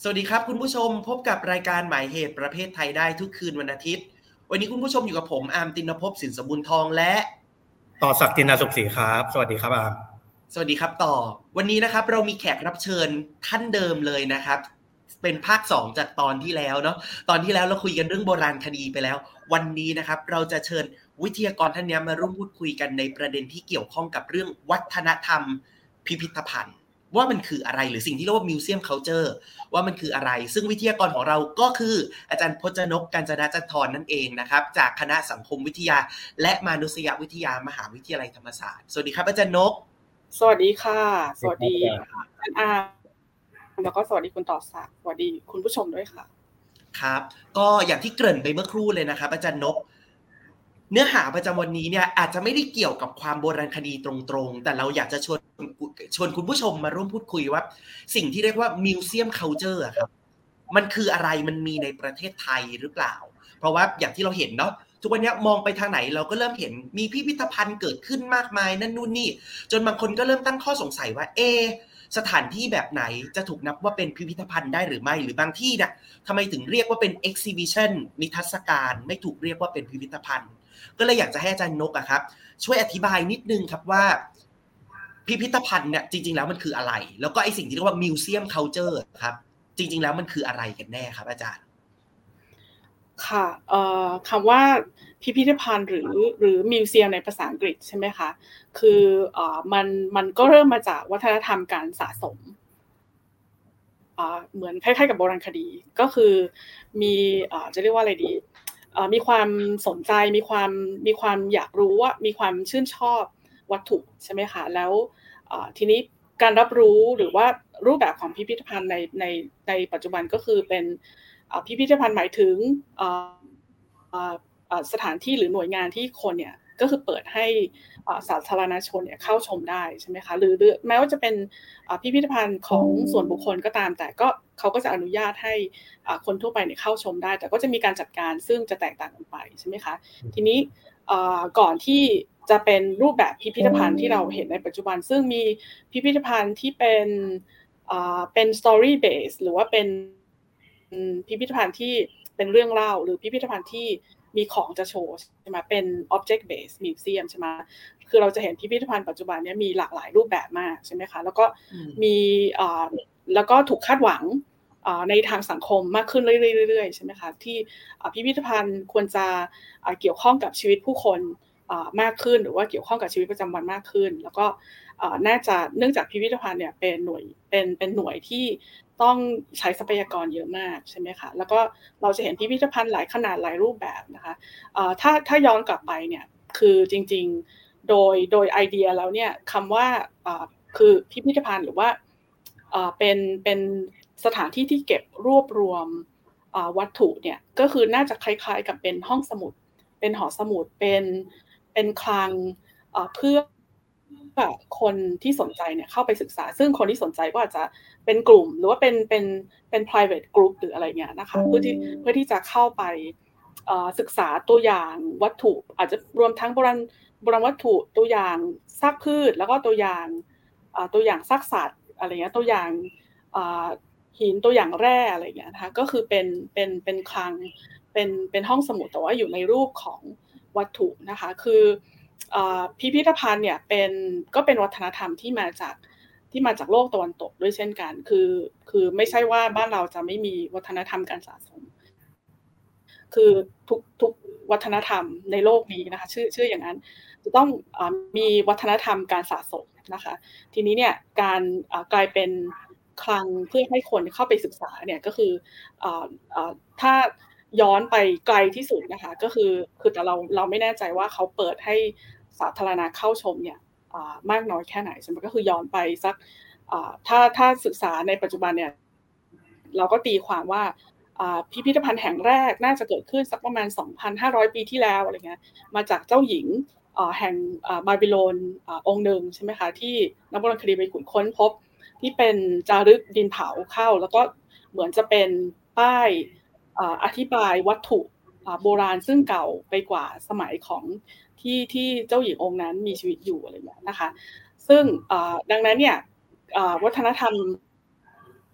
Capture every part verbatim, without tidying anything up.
วัสดีครับคุณผู้ชมพบกับรายการหมายเหตุประเภทไทยได้ทุกคืนวันอาทิตย์วันนี้คุณผู้ชมอยู่กับผมอาร์มตินภพสินสมบูรณ์ทองและต่อศักดิ์จินดาสุขศรีครับสวัสดีครับอาร์มสวัสดีครับต่อวันนี้นะครับเรามีแขกรับเชิญท่านเดิมเลยนะครับเป็นภาคสองจากตอนที่แล้วเนาะตอนที่แล้วเราคุยกันเรื่องโบราณคดีไปแล้ววันนี้นะครับเราจะเชิญวิทยากรท่านนี้มาร่วมพูดคุยกันในประเด็นที่เกี่ยวข้องกับเรื่องวัฒนธรรมพิพิธภัณฑ์ว่ามันคืออะไรหรือสิ่งที่เรียกว่า Museum Culture ว่ามันคืออะไรซึ่งวิทยากรของเราก็คืออาจารย์พจนก กาญจนาจันทรนั่นเองนะครับจากคณะสังคมวิทยาและมานุษยวิทยามหาวิทยาลัยธรรมศาสตร์สวัสดีครับอาจารย์นกสวัสดีค่ะสวัสดีท่านอาแล้วก็สวัสดีคุณต่อศักดิ์สวัสดีคุณผู้ชมด้วยค่ะครับก็อย่างที่เกริ่นไปเมื่อครู่เลยนะครับอาจารย์นกเนื้อหาประจำวันนี้เนี่ยอาจจะไม่ได้เกี่ยวกับความโบราณคดีตรงๆแต่เราอยากจะชวนชวนคุณผู้ชมมาร่วมพูดคุยว่าสิ่งที่เรียกว่า Museum Culture อะครับมันคืออะไรมันมีในประเทศไทยหรือเปล่าเพราะว่าอย่างที่เราเห็นเนาะทุกวันนี้มองไปทางไหนเราก็เริ่มเห็นมีพิพิธภัณฑ์เกิดขึ้นมากมายนั่นนู่นนี่จนบางคนก็เริ่มตั้งข้อสงสัยว่าเอสถานที่แบบไหนจะถูกนับว่าเป็นพิพิธภัณฑ์ได้หรือไม่หรือบางที่เนี่ยทำไมถึงเรียกว่าเป็น exhibition นิทรรศการไม่ถูกเรียกว่าเป็นพิพิธภัณฑ์ก็เลยอยากจะให้อาจารย์นกอะครับช่วยอธิบายนิดนึงครับว่าพิพิธภัณฑ์เนี่ยจริงๆแล้วมันคืออะไรแล้วก็ไอสิ่งที่เรียกว่า Museum Culture ครับจริงๆแล้วมันคืออะไรกันแน่ครับอาจารย์ค่ะเอ่อคำว่าพิพิธภัณฑ์หรือหรือมิวเซียมในภาษาอังกฤษใช่ไหมคะคือเอ่อมันมันก็เริ่มมาจากวัฒนธรรมการสะสมอ่าเหมือนคล้ายๆกับโบราณคดีก็คือมีอ่าจะเรียกว่าอะไรดีอ่ามีความสนใจมีความมีความอยากรู้ว่ามีความชื่นชอบวัตถุใช่ไหมคะแล้วอ่าทีนี้การรับรู้หรือว่ารูปแบบของพิพิธภัณฑ์ในในในปัจจุบันก็คือเป็นพิพิธภัณฑ์หมายถึงสถานที่หรือหน่วยงานที่คนเนี่ยก็คือเปิดให้สาธารณชนเนี่ยเข้าชมได้ใช่ไหมคะหรือแม้ว่าจะเป็นพิพิธภัณฑ์ของส่วนบุคคลก็ตามแต่ก็เขาก็จะอนุญาตให้คนทั่วไปเนี่ยเข้าชมได้แต่ก็จะมีการจัดการซึ่งจะแตกต่างกันไปใช่ไหมคะทีนี้ก่อนที่จะเป็นรูปแบบพิพิธภัณฑ์ที่เราเห็นในปัจจุบันซึ่งมีพิพิธภัณฑ์ที่เป็นเป็น story base หรือว่าเป็นพิพิธภัณฑ์ที่เป็นเรื่องเล่าหรือพิพิธภัณฑ์ที่มีของจะโชว์ใช่ไหมเป็น object based museum ใช่ไหมคือเราจะเห็นพิพิธภัณฑ์ปัจจุบันนี้มีหลากหลายรูปแบบมากใช่ไหมคะแล้วก็มีแล้วก็ถูกคาดหวังในทางสังคมมากขึ้นเรื่อยๆใช่ไหมคะที่พิพิธภัณฑ์ควรจะเกี่ยวข้องกับชีวิตผู้คนมากขึ้นหรือว่าเกี่ยวข้องกับชีวิตประจำวันมากขึ้นแล้วก็น่าจะเนื่องจากพิพิธภัณฑ์เนี่ยเป็นหน่วยเป็นเป็นหน่วยที่ต้องใช้ทรัพยากรเยอะมากใช่ไหมคะแล้วก็เราจะเห็นพิพิธภัณฑ์หลายขนาดหลายรูปแบบนะคะถ้าถ้าย้อนกลับไปเนี่ยคือจริงๆโดยโดยไอเดียแล้วเนี่ยคำว่าคือพิพิธภัณฑ์หรือว่าเป็นเป็นสถานที่ที่เก็บรวบรวมวัตถุเนี่ยก็คือน่าจะคล้ายๆกับเป็นห้องสมุดเป็นหอสมุดเป็นเป็นคลังเพื่อคนที่สนใจเนี่ยเข้าไปศึกษาซึ่งคนที่สนใจก็อาจจะเป็นกลุ่มหรือว่าเป็นเป็นเป็น private group หรืออะไรเงี้ยนะคะเพื่อที่เพื่อที่จะเข้าไปศึกษาตัวอย่างวัตถุอาจจะรวมทั้งโบราณโบราณวัตถุตัวอย่างซากพืชแล้วก็ตัวอย่างตัวอย่างซากสัตว์อะไรเงี้ยตัวอย่างหินตัวอย่างแร่อะไรเงี้ยนะคะก็คือเป็นเป็นเป็นคลังเป็นเป็นห้องสมุดแต่ว่าอยู่ในรูปของวัตถุนะคะคือพิพิธภัณฑ์เนี่ยเป็นก็เป็นวัฒนธรรมที่มาจากที่มาจากโลกตะวันตกด้วยเช่นกันคือคือไม่ใช่ว่าบ้านเราจะไม่มีวัฒนธรรมการสะสมคือทุกทุกวัฒนธรรมในโลกนี้นะคะชื่อชื่ออย่างนั้นจะต้องมีวัฒนธรรมการสะสมนะคะทีนี้เนี่ยการกลายเป็นคลังเพื่อให้คนเข้าไปศึกษาเนี่ยก็คือถ้าย้อนไปไกลที่สุดนะคะก็คือคือแต่เราเราไม่แน่ใจว่าเขาเปิดให้สาธารณะเข้าชมเนี่ยมากน้อยแค่ไหนใช่ไหมก็คือย้อนไปสักถ้าถ้าศึกษาในปัจจุบันเนี่ยเราก็ตีความว่าพิพิธภัณฑ์แห่งแรกน่าจะเกิดขึ้นสักประมาณ สองพันห้าร้อย ปีที่แล้วอะไรเงี้ยมาจากเจ้าหญิงแห่งบาบิโลนองค์หนึ่งใช่ไหมคะที่นักโบราณคดีไปขุดค้นพบที่เป็นจารึกดินเผาเข้าแล้วก็เหมือนจะเป็นป้ายอธิบายวัตถุโบราณซึ่งเก่าไปกว่าสมัยของที่ที่เจ้าหญิงองค์นั้นมีชีวิตอยู่อะไรอย่างเงี้ยนะคะซึ่งดังนั้นเนี่ยวัฒนธรรม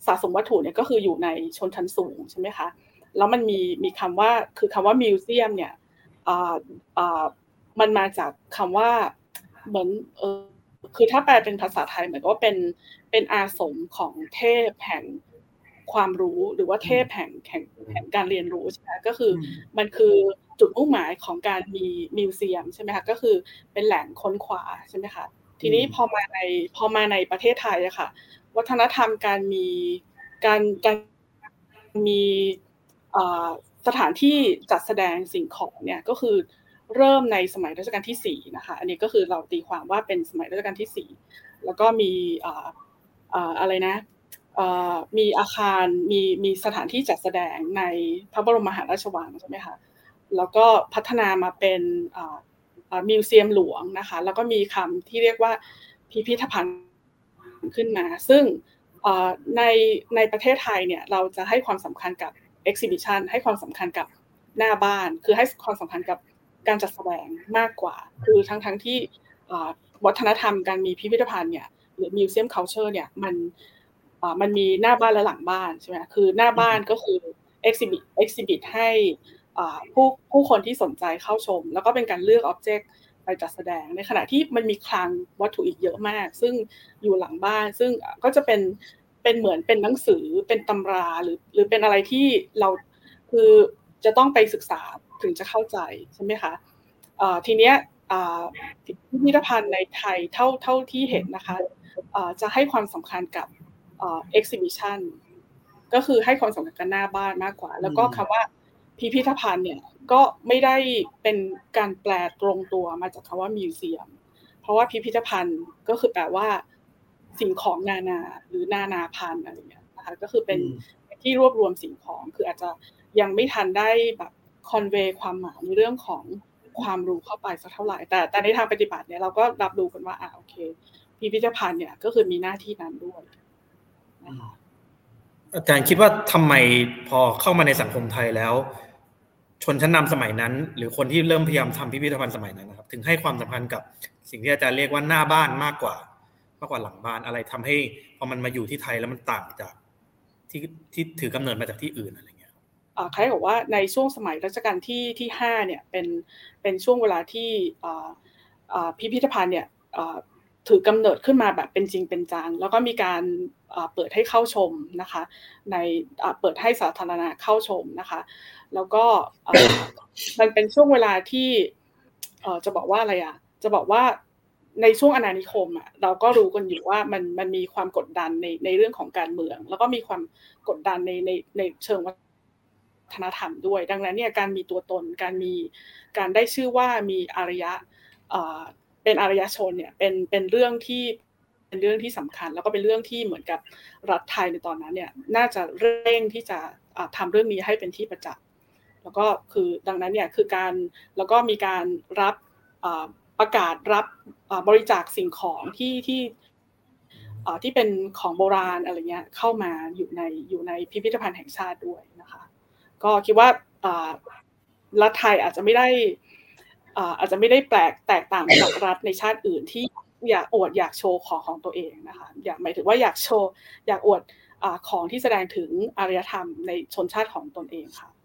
สะสมวัตถุเนี่ยก็คืออยู่ในชนชั้นสูงใช่ไหมคะแล้วมันมีมีคำว่าคือคำว่ามิวเซียมเนี่ยอ่าอ่ามันมาจากคำว่าเหมือนเออคือถ้าแปลเป็นภาษาไทยเหมือนกับว่าเป็นเป็นอาสมของเทพแห่งความรู้หรือว่าเทพแห่งแห่งแห่งการเรียนรู้ใช่ไหมก็คือมันคือจุดมุ่งหมายของการมีมิวเซียมใช่ไหมคะก็คือเป็นแหล่งค้นคว้าใช่ไหมคะทีนี้พอมาในพอมาในประเทศไทยอะค่ะวัฒนธรรมการมีการการมีสถานที่จัดแสดงสิ่งของเนี่ยก็คือเริ่มในสมัยรัชกาลที่สี่นะคะอันนี้ก็คือเราตีความว่าเป็นสมัยรัชกาลที่สี่แล้วก็มีอะไรนะมีอาคารมีมีสถานที่จัดแสดงในพระบรมมหาราชวังใช่ไหมคะแล้วก็พัฒนามาเป็นมิวเซียมหลวงนะคะแล้วก็มีคำที่เรียกว่าพิพิธภัณฑ์ขึ้นมาซึ่งในในประเทศไทยเนี่ยเราจะให้ความสำคัญกับ exhibition ให้ความสำคัญกับหน้าบ้านคือให้ความสำคัญกับการจัดแสดงมากกว่าคือทั้งทั้งที่วัฒนธรรมการมีพิพิธภัณฑ์เนี่ยหรือ museum culture เนี่ยมันมันมีหน้าบ้านและหลังบ้านใช่ไหมคือหน้าบ้านก็คือ exhibit exhibit ให้ผู้ผู้คนที่สนใจเข้าชมแล้วก็เป็นการเลือก object ไปจัดแสดงในขณะที่มันมีคลังวัตถุอีกเยอะมากซึ่งอยู่หลังบ้านซึ่งก็จะเป็นเป็นเหมือนเป็นหนังสือเป็นตำราหรือหรือเป็นอะไรที่เราคือจะต้องไปศึกษาถึงจะเข้าใจใช่ไหมคะทีเนี้ยพิพิธภัณฑ์ในไทยเท่าเท่าที่เห็นนะคะจะให้ความสำคัญกับ exhibition ก็คือให้ความสำคัญกับหน้าบ้านมากกว่าแล้วก็คำว่าพิพิธภัณฑ์เนี่ยก็ไม่ได้เป็นการแปลตรงตัวมาจากคำว่ามิวเซียมเพราะว่าพิพิธภัณฑ์ก็คือแปลว่าสิ่งของนานาหรือนานาพันธุ์อะไรอย่างเงี้ยนะคะก็คือเป็นที่รวบรวมสิ่งของคืออาจจะยังไม่ทันได้แบบคอนเวย์ความหมายในเรื่องของความรู้เข้าไปสักเท่าไหร่แต่แต่ในทางปฏิบัติเนี่ยเราก็รับรู้กันว่าอ่าโอเคพิพิธภัณฑ์เนี่ยก็คือมีหน้าที่นั้นด้วยนะคะอาจารย์คิดว่าทำไมพอเข้ามาในสังคมไทยแล้วชนชั้นนำสมัยนั้นหรือคนที่เริ่มพยายามทำพิพิธภัณฑ์สมัยนั้นนะครับถึงให้ความสำคัญกับสิ่งที่อาจารย์เรียกว่าหน้าบ้านมากกว่ามากกว่าหลังบ้านอะไรทำให้พอมันมาอยู่ที่ไทยแล้วมันต่างจากที่ที่ถือกำเนิดมาจากที่อื่นอะไรเงี้ยอ่าคล้ายกับว่าในช่วงสมัยรัชกาลที่ที่ห้าเนี่ยเป็นเป็นช่วงเวลาที่อ่าอ่าพิพิธภัณฑ์เนี่ยอ่าถือกำเนิดขึ้นมาแบบเป็นจริงเป็นจังแล้วก็มีการเปิดให้เข้าชมนะคะในเปิดให้สาธารณะเข้าชมนะคะแล้วก็มันเป็นช่วงเวลาที่จะบอกว่าอะไรอ่ะจะบอกว่าในช่วงอาณานิคมอ่ะเราก็รู้กันอยู่ว่ามันมันมีความกดดันในในเรื่องของการเมืองแล้วก็มีความกดดันในในในเชิงวัฒนธรรมด้วยดังนั้นเนี่ยการมีตัวตนการมีการได้ชื่อว่ามีอารยะเป็นอารยชนเนี่ยเป็นเป็นเรื่องที่เป็นเรื่องที่สำคัญแล้วก็เป็นเรื่องที่เหมือนกับรัฐไทยในตอนนั้นเนี่ยน่าจะเร่งที่จะทำเรื่องนี้ให้เป็นที่ประจักษ์แล้วก็คือดังนั้นเนี่ยคือการแล้วก็มีการรับประกาศรับบริจาคสิ่งของที่ที่ที่เป็นของโบราณอะไรเงี้ยเข้ามาอยู่ในอยู่ในพิพิธภัณฑ์แห่งชาติด้วยนะคะก็คิดว่ารัฐไทยอาจจะไม่ได้อาจจะไม่ได้แปลกแตกต่างจากรัฐในชาติอื่นที่อยากอวดอยากโชว์ของของตัวเองนะคะอยากหมายถึงว่าอยากโชว์อยากอวดของที่แสดงถึงอารยธรรมในชนชาติของตนเองค่ะ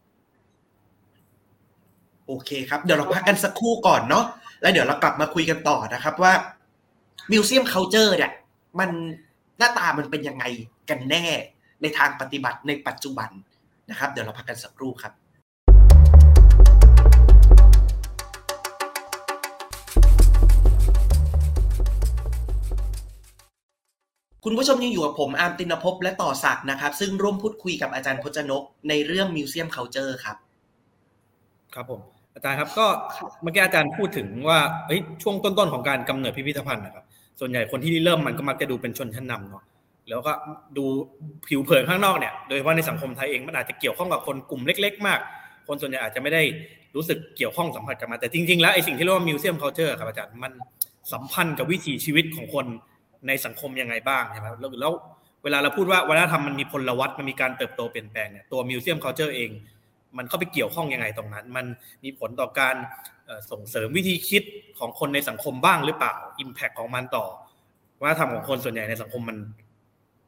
โอเคครับเดี๋ยวเราพักกันสักครู่ก่อนเนาะแล้วเดี๋ยวเรากลับมาคุยกันต่อนะครับว่ามิวเซียมคัลเจอร์เนี่ยมันหน้าตามันเป็นยังไงกันแน่ในทางปฏิบัติในปัจจุบันนะครับเดี๋ยวเราพักกันสักครู่ครับคุณผู้ชมยังอยู่กับผมอาร์มตินภพและต่อศักดิ์นะครับซึ่งร่วมพูดคุยกับอาจารย์พจนกในเรื่อง Museum Culture ครับครับผมอาจารย์ครับก็เมื่อกี้อาจารย์พูดถึงว่าเฮ้ยช่วงต้นๆของการกำเนิดพิพิธภัณฑ์นะครับส่วนใหญ่คนที่เริ่มมันก็มักจะดูเป็นชนชั้นนำเนาะแล้วก็ดูผิวเผินข้างนอกเนี่ยโดยเฉพาะในสังคมไทยเองมันอาจจะเกี่ยวข้องกับคนกลุ่มเล็กๆมากคนส่วนใหญ่อาจจะไม่ได้รู้สึกเกี่ยวข้องสัมผัสกันมาแต่จริงๆแล้วไอ้สิ่งที่เรียกว่า Museum Culture ครับอาจารย์มันสัมพันธ์กับวิถีชีวิตของคนในสังคมยังไงบ้างใช่ไหมแล้วแล้วเวลาเราพูดว่าวัฒนธรรมมันมีพลวัตมันมีการเติบโตเปลี่ยนแปลงเนี่ยตัว Museum Culture เองมันเข้าไปเกี่ยวข้องยังไงตรงนั้นมันมีผลต่อการส่งเสริมวิธีคิดของคนในสังคมบ้างหรือเปล่า impact ของมันต่อวัฒนธรรมของคนส่วนใหญ่ในสังคมมัน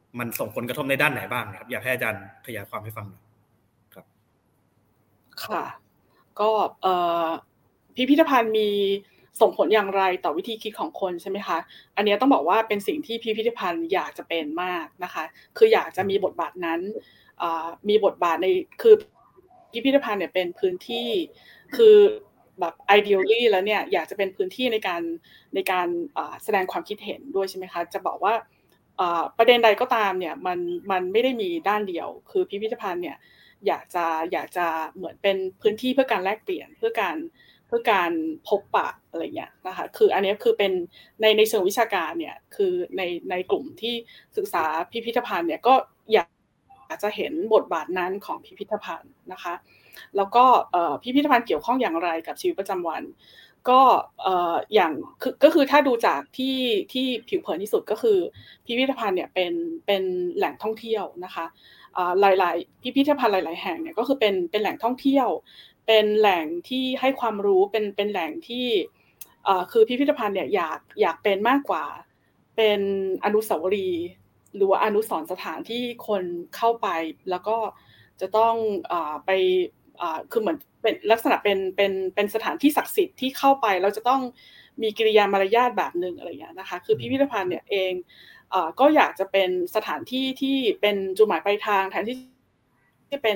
มันส่งผลกระทบในด้านไหนบ้างครับอยากให้อาจารย์ขยายความให้ฟังหน่อยครับค่ะก็เอ่อพิพิธภัณฑ์มีส่งผลอย่างไรต่อวิธีคิดของคนใช่ไหมคะอันนี้ต้องบอกว่าเป็นสิ่งที่พิพิธภัณฑ์อยากจะเป็นมากนะคะคืออยากจะมีบทบาทนั้นมีบทบาทในคือพิพิธภัณฑ์เนี่ยเป็นพื้นที่คือแบบ ideally แล้วเนี่ยอยากจะเป็นพื้นที่ในการในการแสดงความคิดเห็นด้วยใช่ไหมคะจะบอกว่าประเด็นใดก็ตามเนี่ยมันมันไม่ได้มีด้านเดียวคือพิพิธภัณฑ์เนี่ยอยากจะอยากจะเหมือนเป็นพื้นที่เพื่อการแลกเปลี่ยนเพื่อการเพื่อการพบปะอะไรเงี้ยนะคะคืออันนี้คือเป็นในในเชิงวิชาการเนี่ยคือในในกลุ่มที่ศึกษาพิพิธภัณฑ์เนี่ยก็อยากจะเห็นบทบาทนั้นของพิพิธภัณฑ์นะคะแล้วก็พิพิธภัณฑ์เกี่ยวข้องอย่างไรกับชีวิตประจำวันก็อย่างคือก็คือถ้าดูจากที่ที่ผิวเผินที่สุดก็คือพิพิธภัณฑ์เนี่ยเป็นเป็นแหล่งท่องเที่ยวนะคะหลายๆพิพิธภัณฑ์หลายๆแห่งเนี่ยก็คือเป็นเป็นแหล่งท่องเที่ยวเป็นแหล่งที่ให้ความรู้เป็นเป็นแหล่งที่คือพิพิธภัณฑ์เนี่ยอยากอยากเป็นมากกว่าเป็นอนุสาวรีย์หรือว่าอนุสรณ์สถานที่คนเข้าไปแล้วก็จะต้องไปคือเหมือนเป็นลักษณะเป็นเป็นเป็นสถานที่ศักดิ์สิทธิ์ที่เข้าไปแล้วจะต้องมีกิริยามารยาทแบบนึงอะไรอย่างเงี้ยนะคะคือพิพิธภัณฑ์เนี่ยเองก็อยากจะเป็นสถานที่ที่เป็นจุดหมายปลายทางแทนที่ที่เป็น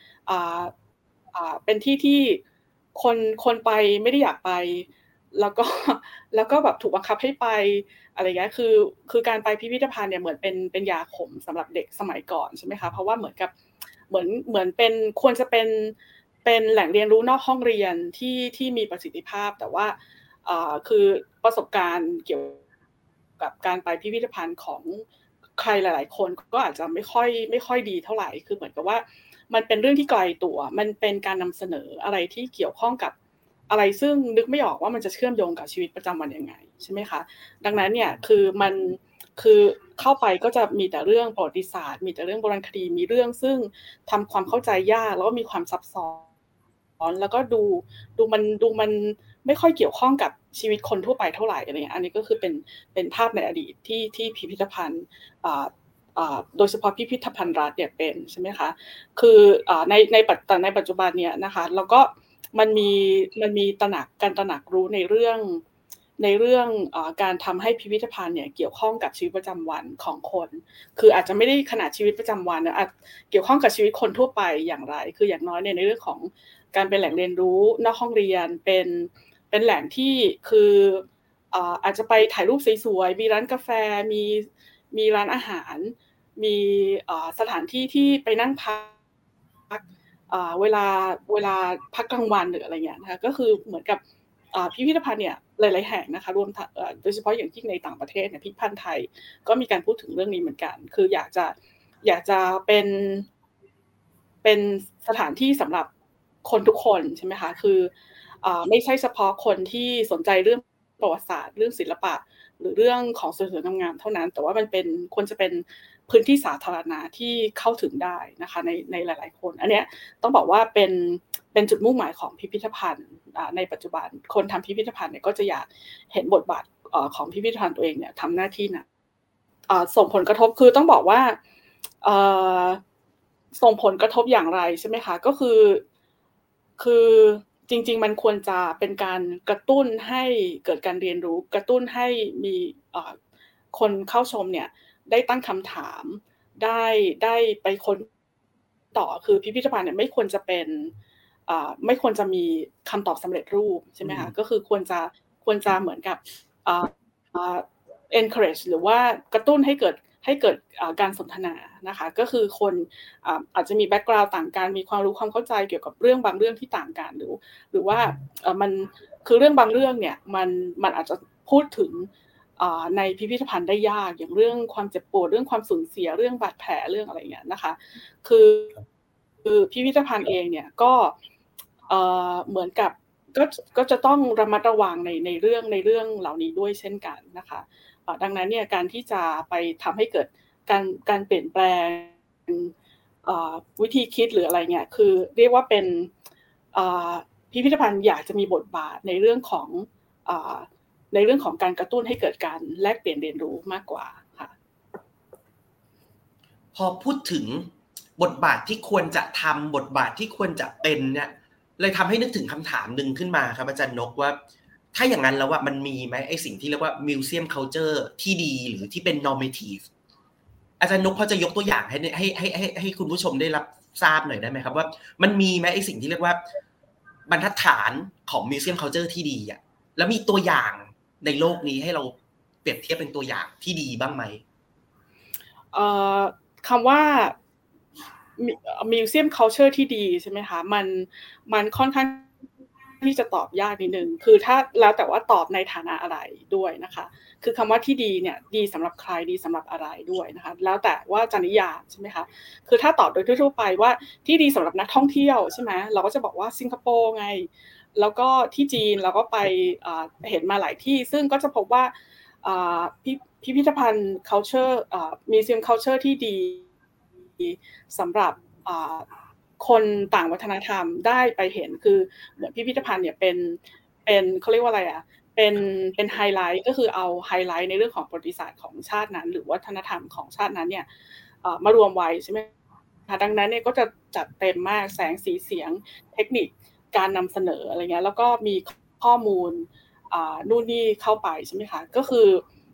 เป็นที่ที่คนคนไปไม่ได้อยากไปแล้วก็แล้วก็แบบถูกบังคับให้ไปอะไรเงี้ยคือคือการไปพิพิธภัณฑ์เนี่ยเหมือนเป็นเป็นยาขมสำหรับเด็กสมัยก่อนใช่ไหมคะเพราะว่าเหมือนกับเหมือนเหมือนเป็นควรจะเป็นเป็นแหล่งเรียนรู้นอกห้องเรียนที่ที่มีประสิทธิภาพแต่ว่าคือประสบการณ์เกี่ยวกับการไปพิพิธภัณฑ์ของใครหลายๆคนก็อาจจะไม่ค่อยไม่ค่อยดีเท่าไหร่คือเหมือนกับว่ามันเป็นเรื่องที่ไกลตัวมันเป็นการนำเสนออะไรที่เกี่ยวข้องกับอะไรซึ่งนึกไม่ออกว่ามันจะเชื่อมโยงกับชีวิตประจำวันยังไงใช่ไหมคะดังนั้นเนี่ยคือมันคือเข้าไปก็จะมีแต่เรื่องประวัติศาสตร์มีแต่เรื่องโบราณคดีมีเรื่องซึ่งทำความเข้าใจยากแล้วก็มีความซับซ้อนแล้วก็ดูดูมันดูมันไม่ค่อยเกี่ยวข้องกับชีวิตคนทั่วไปเท่าไหร่อะไรเงี้ยอันนี้ก็คือเป็นเป็นภาพในอดีตที่ที่พิพิธภัณฑ์โดยเฉพาะพิพิธภัณฑ์รัฐเนี่ยเป็นใช่ไหมคะคือในในปัจจุบันในปัจจุบันเนี่ยนะคะแล้วก็มันมีมันมีตระหนักการตระหนักรู้ในเรื่องในเรื่องการทำให้พิพิธภัณฑ์เนี่ยเกี่ยวข้องกับชีวิตประจำวันของคนคืออาจจะไม่ได้ขนาดชีวิตประจำวันนะอาจเกี่ยวข้องกับชีวิตคนทั่วไปอย่างไรคืออย่างน้อยเนี่ยในเรื่องของการเป็นแหล่งเรียนรู้นอกห้องเรียนเป็นเป็นแหล่งที่คืออาจจะไปถ่ายรูปสวยๆมีร้านกาแฟมีมีร้านอาหารมีสถานที่ที่ไปนั่งพักเวลาเวลาพักกลางวันหรืออะไรเงี้ยนะคะก็คือเหมือนกับพิพิธภัณฑ์เนี่ยหลายๆแห่งนะคะรวมโดยเฉพาะอย่างที่ในต่างประเทศเนี่ยพิพิธภัณฑ์ไทยก็มีการพูดถึงเรื่องนี้เหมือนกันคืออยากจะอยากจะเป็นเป็นสถานที่สำหรับคนทุกคนใช่ไหมคะคือไม่ใช่เฉพาะคนที่สนใจเรื่องประวัติศาสตร์เรื่องศิลปะหรือเรื่องของสวยๆงามๆเท่านั้นแต่ว่ามันเป็นควรจะเป็นพื้นที่สาธารณะที่เข้าถึงได้นะคะในในหลายๆคนอันเนี้ยต้องบอกว่าเป็นเป็นจุดมุ่งหมายของพิพิธภัณฑ์ในปัจจุบันคนทำพิพิธภัณฑ์เนี่ยก็จะอยากเห็นบทบาทของพิพิธภัณฑ์ตัวเองเนี่ยทำหน้าที่นะส่งผลกระทบคือต้องบอกว่าส่งผลกระทบอย่างไรใช่ไหมคะก็คือคือจริงๆมันควรจะเป็นการกระตุ้นให้เกิดการเรียนรู้กระตุ้นให้มีคนเข้าชมเนี่ยได้ตั้งคำถามได้ได้ไปค้นต่อคือพิพิธภัณฑ์เนี่ยไม่ควรจะเป็นไม่ควรจะมีคำตอบสำเร็จรูปใช่ไหมคะก็คือควรจะควรจะเหมือนกับ encourage หรือว่ากระตุ้นให้เกิดให้เกิดการสนทนานะคะก็คือคนอาจจะมีแบ็คกราวด์ต่างกันมีความรู้ความเข้าใจเกี่ยวกับเรื่องบางเรื่องที่ต่างกันหรือหรือว่ามันคือเรื่องบางเรื่องเนี่ยมันมันอาจจะพูดถึงในพิพิธภัณฑ์ได้ยากอย่างเรื่องความเจ็บปวดเรื่องความสูญเสียเรื่องบาดแผลเรื่องอะไรอย่างเงี้ยนะคะคือคือพิพิธภัณฑ์เองเนี่ยก็เหมือนกับก็ก็จะต้องระมัดระวังในในเรื่องในเรื่องเหล่านี้ด้วยเช่นกันนะคะดังนั้นเนี่ยการที่จะไปทำให้เกิดการการเปลี่ยนแปลงวิธีคิดหรืออะไรเงี้ยคือเรียกว่าเป็นพิพิธภัณฑ์อยากจะมีบทบาทในเรื่องของในเรื่องของการกระตุ้นให้เกิดการแลกเปลี่ยนเรียนรู้มากกว่าค่ะพอพูดถึงบทบาทที่ควรจะทำบทบาทที่ควรจะเป็นเนี่ยเลยทำให้นึกถึงคำถามนึงขึ้นมาครับอาจารย์นกว่าถ้าอย่างนั้นแล้วว่ามันมีไหมไอ้สิ่งที่เรียกว่า museum culture ที่ดีหรือที่เป็น normative อาจารย์นกพอจะยกตัวอย่างให้ให้ให้ให้ให้คุณผู้ชมได้รับทราบหน่อยได้ไหมครับว่ามันมีไหมไอ้สิ่งที่เรียกว่าบรรทัดฐานของ museum culture ที่ดีอ่ะแล้วมีตัวอย่างในโลกนี้ให้เราเปรียบเทียบเป็นตัวอย่างที่ดีบ้างไหมเอ่อคำว่า museum culture ที่ดีใช่ไหมคะมันมันค่อนข้างที่จะตอบยากนิดนึงคือถ้าแล้วแต่ว่าตอบในฐานะอะไรด้วยนะคะคือคำว่าที่ดีเนี่ยดีสำหรับใครดีสำหรับอะไรด้วยนะคะแล้วแต่ว่าจะนิยามใช่ไหมคะคือถ้าตอบโดยทั่วๆไปว่าที่ดีสำหรับนักท่องเที่ยวใช่ไหมเราก็จะบอกว่าสิงคโปร์ไงแล้วก็ที่จีนเราก็ไปเห็นมาหลายที่ซึ่งก็จะพบว่าพิพิธภัณฑ์ culture museum culture ที่ดีสำหรับคนต่างวัฒนธรรมได้ไปเห็นคือเหมือนพิพิธภัณฑ์เนี่ยเป็นเป็นเขาเรียกว่าอะไรอ่ะเป็นเป็นไฮไลท์ก็คือเอาไฮไลท์ในเรื่องของประวัติศาสตร์ของชาตินั้นหรือวัฒนธรรมของชาตินั้นเนี่ยมารวมไว้ใช่ไหมคะดังนั้นเนี่ยก็จะจัดเต็มมากแสงสีเสียงเทคนิคการนำเสนออะไรเงี้ยแล้วก็มีข้อมูลนู่นนี่เข้าไปใช่ไหมคะก็คือ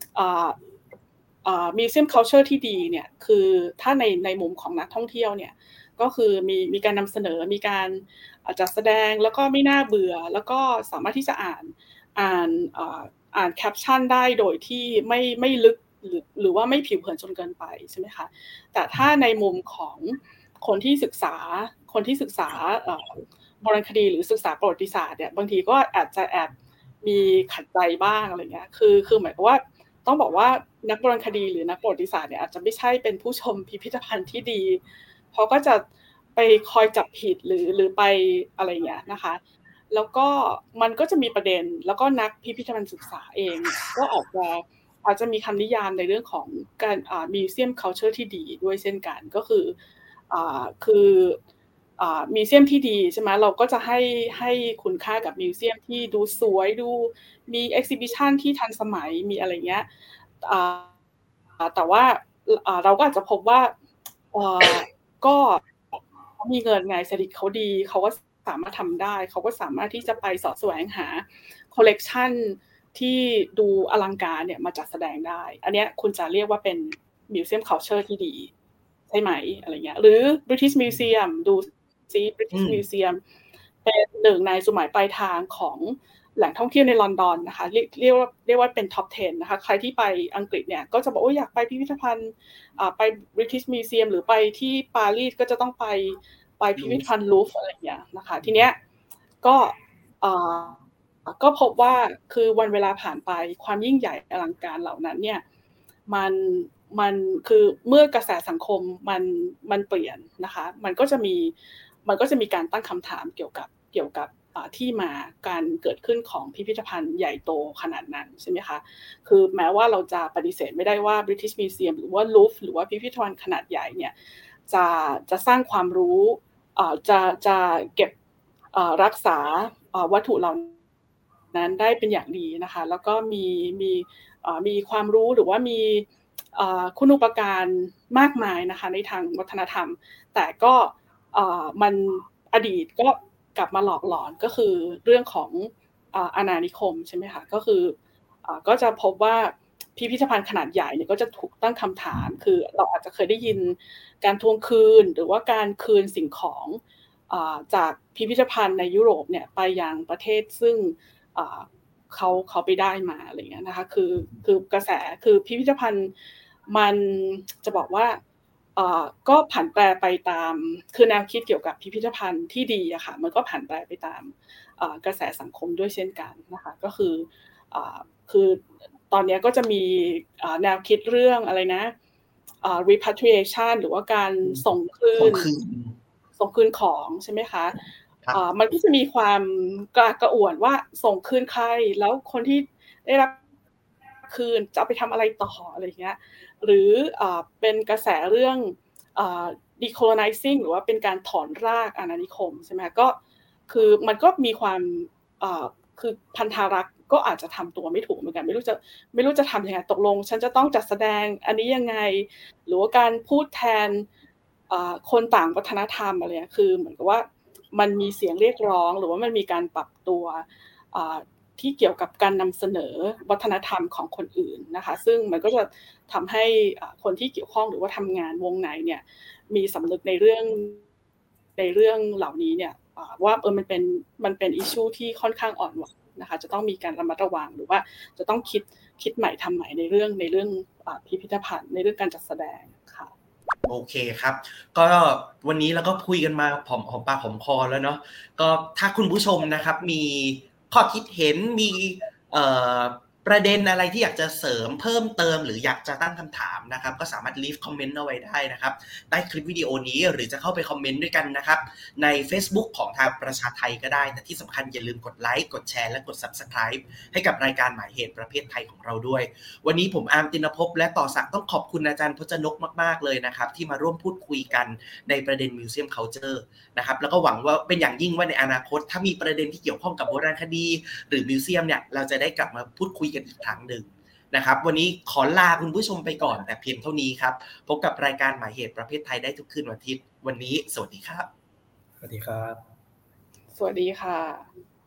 museum culture ที่ดีเนี่ยคือถ้าในในมุมของนักท่องเที่ยวเนี่ยก็คือมีมีการนำเสนอมีการจัดแสดงแล้วก็ไม่น่าเบื่อแล้วก็สามารถที่จะอ่านอ่านอ่านแคปชั่นได้โดยที่ไม่ไม่ลึกหรือหรือว่าไม่ผิวเผินจนเกินไปใช่ไหมคะแต่ถ้าในมุมของคนที่ศึกษาคนที่ศึกษาโบราณคดีหรือศึกษาประวัติศาสตร์เนี่ยบางทีก็อาจจะแอบมีขัดใจบ้างอะไรเงี้ยคือคือหมายความว่าต้องบอกว่านักโบราณคดีหรือนักประวัติศาสตร์เนี่ยอาจจะไม่ใช่เป็นผู้ชมพิพิธภัณฑ์ที่ดีเพราะก็จะไปคอยจับผิดหรือหรือไปอะไรอย่างเงี้ยนะคะแล้วก็มันก็จะมีประเด็นแล้วก็นักพิพิธภัณฑ์ศึกษาเองก็อาจจะอาจจะมีคำนิยามในเรื่องของการอ่า museum culture ที่ดีด้วยเช่นกันก็คืออ่าคืออ่า museum ที่ดีใช่ไหมเราก็จะให้ให้คุณค่ากับ museum ที่ดูสวยดูมี exhibition ที่ทันสมัยมีอะไรเงี้ยอ่าแต่ว่าเราก็อาจจะพบว่าก็มีเงินไงเศรษฐกิจเขาดีเขาก็สามารถทำได้เขาก็สามารถที่จะไปสอดแสวงหาคอลเลกชันที่ดูอลังการเนี่ยมาจัดแสดงได้อันเนี้ยคุณจะเรียกว่าเป็น museum culture ที่ดีใช่ไหมอะไรเงี้ยหรือ British Museum ดูซิ British Museum เป็นหนึ่งในจุดหมายปลายทางของแหล่งท่องเที่ยวในลอนดอนนะคะเรียกเรียกว่าเรียกว่าเป็นท็อปสิบนะคะใครที่ไปอังกฤษเนี่ยก็จะบอกว่าอยากไปพิพิธภัณฑ์อ่าไป British Museum หรือไปที่ปารีสก็จะต้องไปไปพิพิธภัณฑ์ลูฟร์อะไรอย่างเงี้ยนะคะทีเนี้ยก็อ่าก็พบว่าคือวันเวลาผ่านไปความยิ่งใหญ่อลังการเหล่านั้นเนี่ยมันมันคือเมื่อกระแสสังคมมันมันเปลี่ยนนะคะมันก็จะมีมันก็จะมีการตั้งคำถามเกี่ยวกับเกี่ยวกับที่มาการเกิดขึ้นของพิพิธภัณฑ์ใหญ่โตขนาดนั้นใช่ไหมคะคือแม้ว่าเราจะปฏิเสธไม่ได้ว่า British Museum หรือว่า Louvre หรือว่าพิพิธภัณฑ์ขนาดใหญ่เนี่ยจะจะสร้างความรู้จะจะเก็บรักษาวัตถุเหล่านั้นได้เป็นอย่างดีนะคะแล้วก็มีมีมีความรู้หรือว่ามีคุณูปการมากมายนะคะในทางวัฒนธรรมแต่ก็มันอดีตก็กลับมาหลอกหลอนก็คือเรื่องของอาณานิคมใช่ไหมคะก็คือก็จะพบว่าพิพิธภัณฑ์ขนาดใหญ่เนี่ยก็จะถูกตั้งคำถามคือเราอาจจะเคยได้ยินการทวงคืนหรือว่าการคืนสิ่งของจากพิพิธภัณฑ์ในยุโรปเนี่ยไปยังประเทศซึ่งเขาเขาไปได้มาอะไรเงี้ยนะคะคือคือกระแสคือพิพิธภัณฑ์มันจะบอกว่าก็ผันแปรไปตามคือแนวคิดเกี่ยวกับพิพิธภัณฑ์ที่ดีอะค่ะมันก็ผันแปรไปตามกระแสสังคมด้วยเช่นกันนะคะก็คือคือตอนนี้ก็จะมีแนวคิดเรื่องอะไรนะ repatriation หรือว่าการส่งคืนส่งคืนของใช่ไหมคะมันก็จะมีความกระกระอ่วนว่าส่งคืนใครแล้วคนที่ได้รับคืนจะเอาไปทำอะไรต่ออะไรเงี้ยหรือเป็นกระแสเรื่อง decolonizing หรือว่าเป็นการถอนรากอาณานิคมใช่ไหมก็คือมันก็มีความคือพันธารักษ์ก็อาจจะทำตัวไม่ถูกเหมือนกันไม่รู้จะไม่รู้จะทำยังไงตกลงฉันจะต้องจัดแสดงอันนี้ยังไงหรือว่าการพูดแทนคนต่างวัฒนธรรมอะไรคือเหมือนกับว่ามันมีเสียงเรียกร้องหรือว่ามันมีการปรับตัวที่เกี่ยวกับการนำเสนอวัฒนธรรมของคนอื่นนะคะซึ่งมันก็จะทำให้คนที่เกี่ยวข้องหรือว่าทำงานวงในเนี่ยมีสำนึกในเรื่องในเรื่องเหล่านี้เนี่ยว่าเออมันเป็นมันเป็นอิชชูที่ค่อนข้างอ่อนไหวนะคะจะต้องมีการระมัดระวังหรือว่าจะต้องคิดคิดใหม่ทำใหม่ในเรื่องในเรื่องพิพิธภัณฑ์ในเรื่องการจัดแสดงค่ะโอเคครับก็วันนี้เราก็คุยกันมาหอมหอมปากหอมคอแล้วเนาะก็ถ้าคุณผู้ชมนะครับมีข้อคิดเห็นมีเอ่อประเด็นอะไรที่อยากจะเสริมเพิ่มเติมหรืออยากจะตั้งคำถามนะครับก็สามารถ leave comment เอาไว้ได้นะครับใต้คลิปวิดีโอนี้หรือจะเข้าไปคอมเมนต์ด้วยกันนะครับใน Facebook ของทางประชาไทยก็ได้แต่ที่สำคัญอย่าลืมกดไลค์กดแชร์และกด Subscribe ให้กับรายการหมายเหตุประเภทไทยของเราด้วยวันนี้ผมอาร์มตินภพและต่อศักดิ์ต้องขอบคุณอาจารย์พจนกมากๆเลยนะครับที่มาร่วมพูดคุยกันในประเด็น Museum Culture นะครับแล้วก็หวังว่าเป็นอย่างยิ่งว่าในอนาคตถ้ามีประเด็นที่เกี่ยวข้องกับโบราณคดีหรือมิวเซียมเนี่ยเราจะได้กลับมาพูดคุยกันอีกครั้งหนึ่งนะครับวันนี้ขอลาคุณผู้ชมไปก่อนแต่เพียงเท่านี้ครับพบกับรายการหมายเหตุประเภทไทยได้ทุกคืนวันอาทิตย์วันนี้สวัสดีครับสวัสดีครับสวัสดีค่ะ